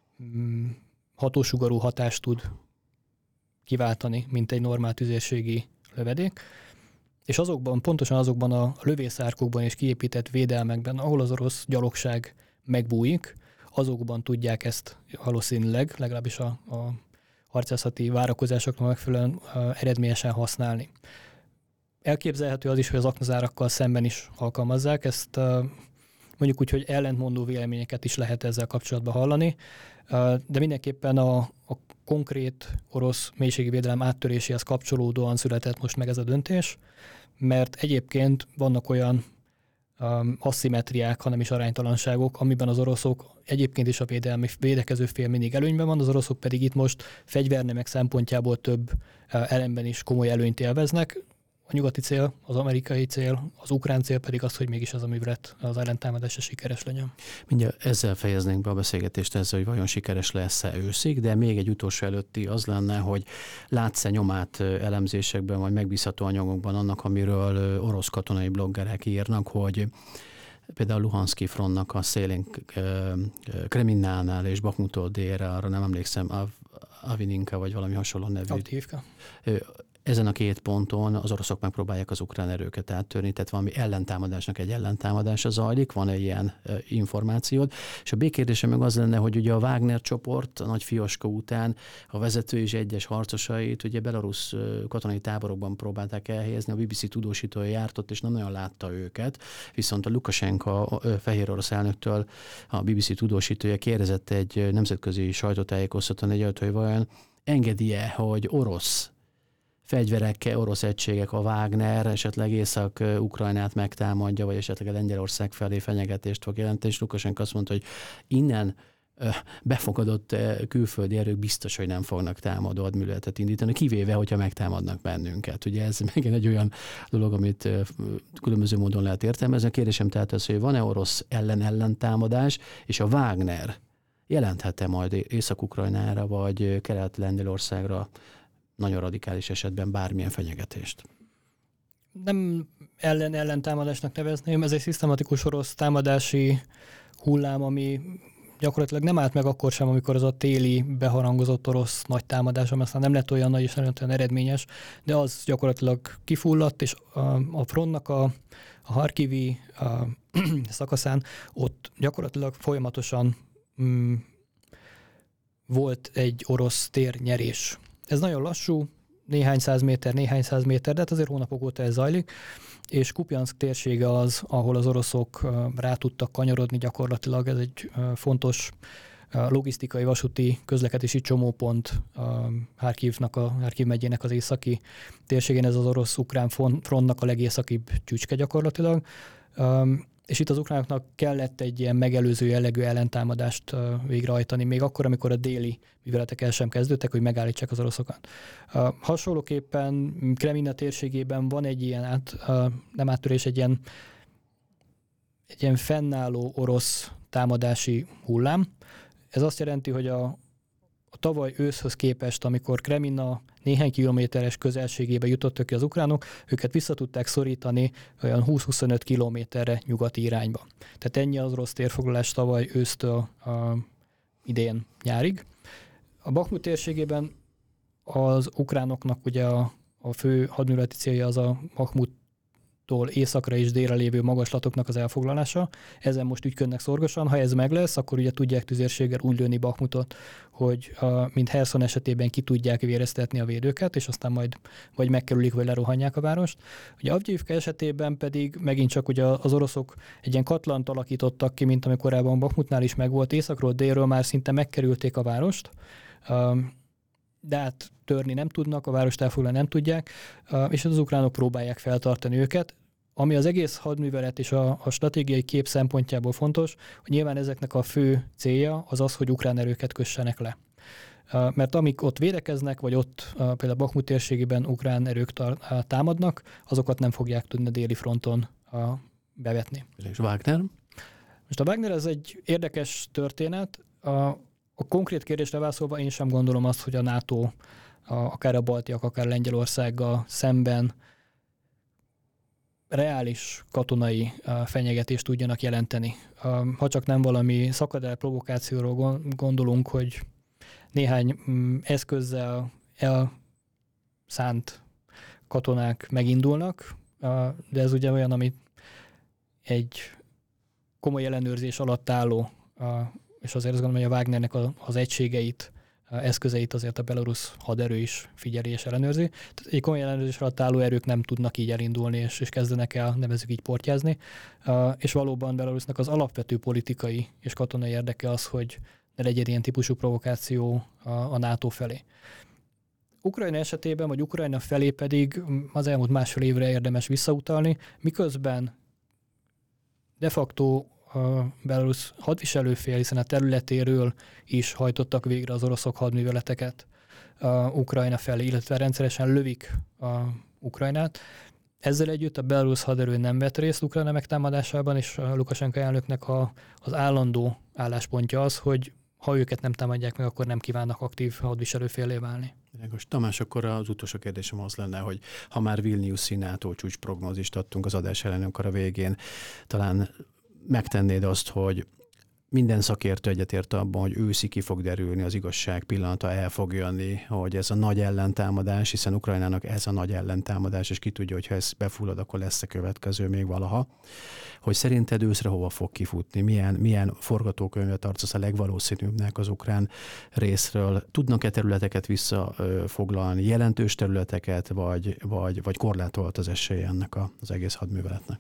hatósugarú hatást tud kiváltani, mint egy normál tüzérségi lövedék. És azokban, pontosan azokban a lövészárkokban és kiépített védelmekben, ahol az orosz gyalogság megbújik, azokban tudják ezt valószínűleg, legalábbis a, a harcászati várakozásoknak megfelelően eredményesen használni. Elképzelhető az is, hogy az aknazárakkal szemben is alkalmazzák, ezt mondjuk úgy, hogy ellentmondó véleményeket is lehet ezzel kapcsolatban hallani, de mindenképpen a, a konkrét orosz mélységi védelem áttöréséhez kapcsolódóan született most meg ez a döntés, mert egyébként vannak olyan um, aszimmetriák, hanem is aránytalanságok, amiben az oroszok egyébként is a védelmi, védekező fél mindig előnyben van, az oroszok pedig itt most fegyvernemek szempontjából több uh, elemben is komoly előnyt élveznek. A nyugati cél, az amerikai cél, az ukrán cél pedig az, hogy mégis az a művelet az ellentámadása sikeres legyen. Mindjárt ezzel fejeznénk be a beszélgetést, ezzel, hogy vajon sikeres lesz-e őszig, de még egy utolsó előtti az lenne, hogy látsz-e nyomát elemzésekben, vagy megbízható anyagokban annak, amiről orosz katonai bloggerek írnak, hogy például Luhanszki frontnak a szélén Kreminnánál és Bakhmuttól délre, arra nem emlékszem, Avininka vagy valami hasonló nevű. Avdiivka. Ezen a két ponton az oroszok megpróbálják az ukrán erőket áttörni, tehát valami ellentámadásnak egy ellentámadása zajlik, van egy ilyen e, információd. És a B-kérdése meg az lenne, hogy ugye a Wagner csoport a nagy fiaskó után a vezető és egyes harcosait ugye belarusz katonai táborokban próbálták elhelyezni, a bé bé cé tudósítója járt ott, és nem nagyon látta őket, viszont a Lukasenka fehér orosz elnöktől a bé bé cé tudósítója kérdezett egy nemzetközi sajtótájékoztatón egy olyat, hogy vajon engedi-e, hogy orosz fegyverekkel, orosz egységek, a Wagner esetleg Észak-Ukrajnát megtámadja, vagy esetleg a Lengyelország felé fenyegetést fog jelenteni, és Lukasenko azt mondta, hogy innen befogadott külföldi erők biztos, hogy nem fognak támadó hadműveletet indítani, kivéve, hogyha megtámadnak bennünket. Ugye ez megint egy olyan dolog, amit különböző módon lehet értelmezni. A kérdésem tehát az, hogy van-e orosz ellen-ellen támadás, és a Wagner jelenthet-e majd Észak-Ukrajnára, vagy Kelet-Lengyelországra nagyon radikális esetben bármilyen fenyegetést? Nem ellen-ellen támadásnak nevezném, ez egy szisztematikus orosz támadási hullám, ami gyakorlatilag nem állt meg akkor sem, amikor az a téli beharangozott orosz nagy támadás, ami aztán nem lett olyan nagy és nem lett olyan eredményes, de az gyakorlatilag kifulladt, és a, a frontnak a, a Harkivi a szakaszán ott gyakorlatilag folyamatosan mm, volt egy orosz térnyerés. Ez nagyon lassú, néhány száz méter, néhány száz méter, de hát azért hónapok óta ez zajlik, és Kupjanszk térsége az, ahol az oroszok rá tudtak kanyarodni gyakorlatilag, ez egy fontos logisztikai vasúti közlekedési csomópont Harkivnak, a Harkiv megyének az északi térségén, ez az orosz-ukrán frontnak a legészakibb csücske gyakorlatilag. És itt az ukránoknak kellett egy ilyen megelőző jellegű ellentámadást végrehajtani, még akkor, amikor a déli műveletek el sem kezdődtek, hogy megállítsák az oroszokat. Hasonlóképpen Kremina térségében van egy ilyen, át, nem áttörés, egy ilyen, egy ilyen fennálló orosz támadási hullám. Ez azt jelenti, hogy a, a tavaly őszhöz képest, amikor Kremina néhány kilométeres közelségébe jutottak ki az ukránok, őket vissza tudták szorítani olyan húsz-huszonöt kilométerre nyugati irányba. Tehát ennyi az orosz térfoglalás tavaly ősztől a, idén nyárig. A Bakhmut térségében az ukránoknak ugye a, a fő hadműveleti célja az a Bakhmuttól északra és délre lévő magaslatoknak az elfoglalása. Ezen most ügyködnek szorgosan. Ha ez meg lesz, akkor ugye tudják tüzérséggel úgy lőni Bakhmutot, hogy a, mint Herson esetében ki tudják véreztetni a védőket, és aztán majd vagy megkerülik, vagy lerohanják a várost. Ugye Avgyivka esetében pedig megint csak ugye az oroszok egy ilyen katlant alakítottak ki, mint ami korábban Bakhmutnál is megvolt. Északról, délről már szinte megkerülték a várost, de hát törni nem tudnak, a várost elfoglalni nem tudják, és az ukránok próbálják feltartani őket. Ami az egész hadművelet és a, a stratégiai kép szempontjából fontos, hogy nyilván ezeknek a fő célja az az, hogy ukrán erőket kössenek le. Mert amik ott védekeznek, vagy ott például Bakhmut térségében ukrán erők tar- támadnak, azokat nem fogják tudni a déli fronton bevetni. És Wagner? Most a Wagner ez egy érdekes történet. A, a konkrét kérdésre válaszolva én sem gondolom azt, hogy a NATO, a, akár a baltiak, akár Lengyelországgal szemben reális katonai fenyegetést tudjanak jelenteni. Ha csak nem valami szakadár provokációról gondolunk, hogy néhány eszközzel elszánt katonák megindulnak, de ez ugye olyan, amit egy komoly ellenőrzés alatt álló, és azért azt gondolom, hogy a Wagnernek az egységeit, eszközeit azért a belarusz haderő is figyeli és ellenőrzi. Tehát egy komoly ellenőrzés alatt álló erők nem tudnak így elindulni, és, és kezdenek el, nevezzük így, portyázni. Uh, és valóban Belarusnak az alapvető politikai és katonai érdeke az, hogy ne legyen ilyen típusú provokáció a, a NATO felé. Ukrajna esetében, vagy Ukrajna felé pedig az elmúlt másfél évre érdemes visszautalni, miközben de facto a Belarus hadviselőfél, hiszen a területéről is hajtottak végre az oroszok hadműveleteket a Ukrajna felé, illetve rendszeresen lövik a Ukrajnát. Ezzel együtt a Belarus haderő nem vett részt Ukrajna megtámadásában, és a Lukasenko elnöknek a, az állandó álláspontja az, hogy ha őket nem támadják meg, akkor nem kívánnak aktív hadviselőfélé válni. Most Tamás, akkor az utolsó kérdésem az lenne, hogy ha már Vilniuszi NATO csúcs prognózist adtunk az adás ellen, akkor a végén talán megtennéd azt, hogy minden szakértő egyetért abban, hogy őszi ki fog derülni, az igazság pillanata el fog jönni, hogy ez a nagy ellentámadás, hiszen Ukrajnának ez a nagy ellentámadás, és ki tudja, hogy ha ez befullad, akkor lesz a következő még valaha, hogy szerinted őszre hova fog kifutni, milyen, milyen forgatókönyvet tartasz a legvalószínűbbnek az ukrán részről, tudnak-e területeket visszafoglalni, jelentős területeket, vagy, vagy, vagy korlátolt az esélye ennek az egész hadműveletnek?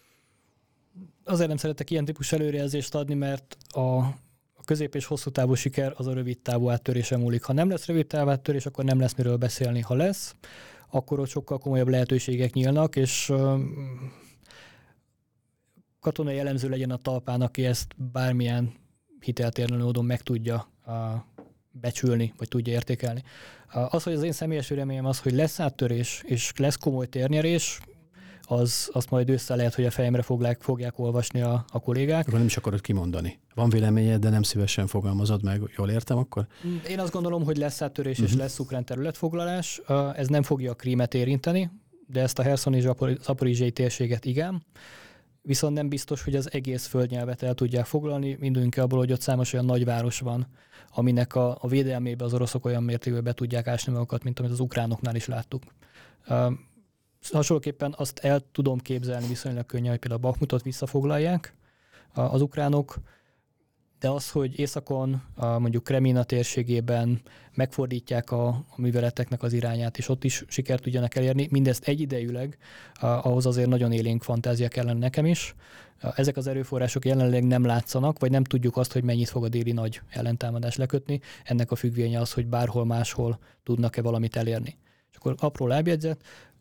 Azért nem szeretek ilyen típusú előrejelzést adni, mert a közép- és hosszú távú siker az a rövid távú áttörésen múlik. Ha nem lesz rövid távú áttörés, akkor nem lesz miről beszélni. Ha lesz, akkor ott sokkal komolyabb lehetőségek nyílnak, és katonai elemző legyen a talpán, aki ezt bármilyen hiteltérnő módon meg tudja becsülni, vagy tudja értékelni. Az, hogy az én személyes véleményem az, hogy lesz áttörés, és lesz komoly térnyerés, az, azt majd össze lehet, hogy a fejemre fogják, fogják olvasni a, a kollégák. Akkor nem is akarod kimondani. Van véleményed, de nem szívesen fogalmazod meg. Jól értem akkor? Én azt gondolom, hogy lesz áttörés, uh-huh. és lesz ukrán területfoglalás. Ez nem fogja a Krímet érinteni, de ezt a Herszoni és Zaporizsiai térséget igen. Viszont nem biztos, hogy az egész földnyelvet el tudják foglalni, mindünk abból, hogy ott számos olyan nagyváros van, aminek a, a védelmébe az oroszok olyan mértékben be tudják ásni magukat, mint amit az ukránoknál is láttuk. Uh, hasonlóképpen azt el tudom képzelni viszonylag könnyen, hogy például Bakhmutot visszafoglalják az ukránok, de az, hogy északon, mondjuk Kremina térségében megfordítják a, a műveleteknek az irányát, és ott is sikert tudjanak elérni, mindezt egyidejűleg, ahhoz azért nagyon élénk fantázia kellene nekem is. Ezek az erőforrások jelenleg nem látszanak, vagy nem tudjuk azt, hogy mennyit fog a déli nagy ellentámadás lekötni. Ennek a függvénye az, hogy bárhol máshol tudnak-e valamit elérni. És akkor apró lábjegyzet.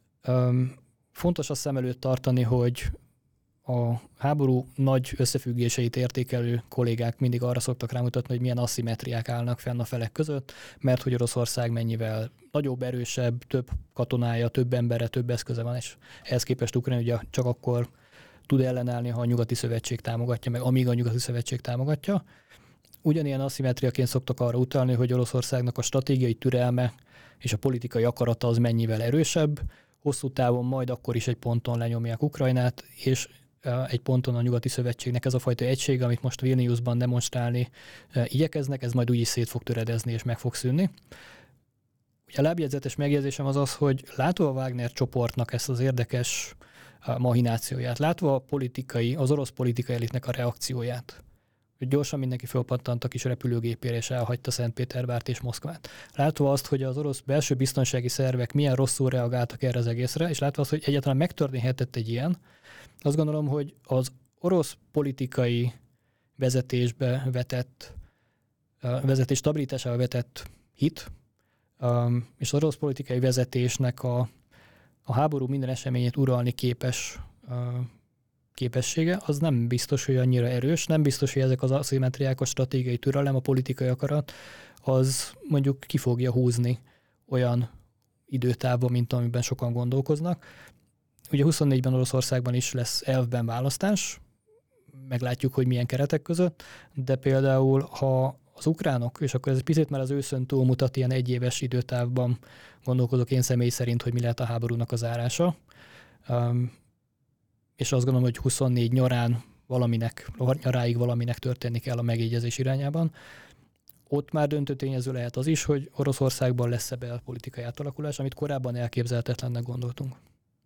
Fontos azt szem előtt tartani, hogy a háború nagy összefüggéseit értékelő kollégák mindig arra szoktak rámutatni, hogy milyen aszimmetriák állnak fenn a felek között, mert hogy Oroszország mennyivel nagyobb, erősebb, több katonája, több embere, több eszköze van, és ehhez képest Ukrajna ugye csak akkor tud ellenállni, ha a nyugati szövetség támogatja, meg amíg a nyugati szövetség támogatja. Ugyanilyen aszimmetriaként szoktak arra utalni, hogy Oroszországnak a stratégiai türelme és a politikai akarata az mennyivel erősebb, hosszú távon majd akkor is egy ponton lenyomják Ukrajnát, és egy ponton a nyugati szövetségnek ez a fajta egység, amit most Vilniusban demonstrálni igyekeznek, ez majd úgyis szét fog töredezni és meg fog szűnni. Ugye a lábjegyzetes megjegyzésem az az, hogy látva a Wagner csoportnak ezt az érdekes mahinációját, látva a politikai, az orosz politikai elitnek a reakcióját, hogy gyorsan mindenki fölpattant a kis repülőgépére és elhagyta Szentpétervárt és Moszkvát. Látva azt, hogy az orosz belső biztonsági szervek milyen rosszul reagáltak erre az egészre, és látva azt, hogy egyáltalán megtörténhetett egy ilyen, azt gondolom, hogy az orosz politikai vezetésbe vetett, vezetés stabilitásába vetett hit, és az orosz politikai vezetésnek a, a háború minden eseményét uralni képes képessége, az nem biztos, hogy annyira erős, nem biztos, hogy ezek az aszimmetriák, a stratégiai türelem, a politikai akarat, az mondjuk ki fogja húzni olyan időtávban, mint amiben sokan gondolkoznak. Ugye huszonnégyben Oroszországban is lesz elvben választás, meglátjuk, hogy milyen keretek között, de például, ha az ukránok, és akkor ez egy picit már az őszön túlmutat, ilyen egyéves időtávban gondolkozok én személy szerint, hogy mi lehet a háborúnak az zárása. Um, és azt gondolom, hogy huszonnégy nyarán valaminek, nyaráig valaminek történni kell a megegyezés irányában. Ott már döntő tényező lehet az is, hogy Oroszországban lesz-e belpolitikai átalakulás, amit korábban elképzelhetetlennek gondoltunk.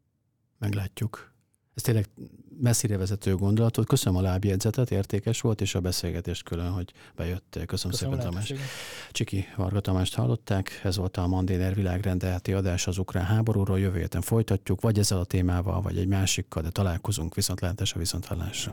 Meglátjuk. Ez tényleg messzire vezető gondolatot. Köszönöm a lábjegyzetet, értékes volt, és a beszélgetést külön, hogy bejöttél. Köszönöm, Köszönöm szépen, Tamás. Csiki Varga Tamást hallották. Ez volt a Mandéner világrendeleti adás az ukrán háborúról. Jövő héten folytatjuk, vagy ezzel a témával, vagy egy másikkal, de találkozunk. Viszontlátásra, viszonthallásra.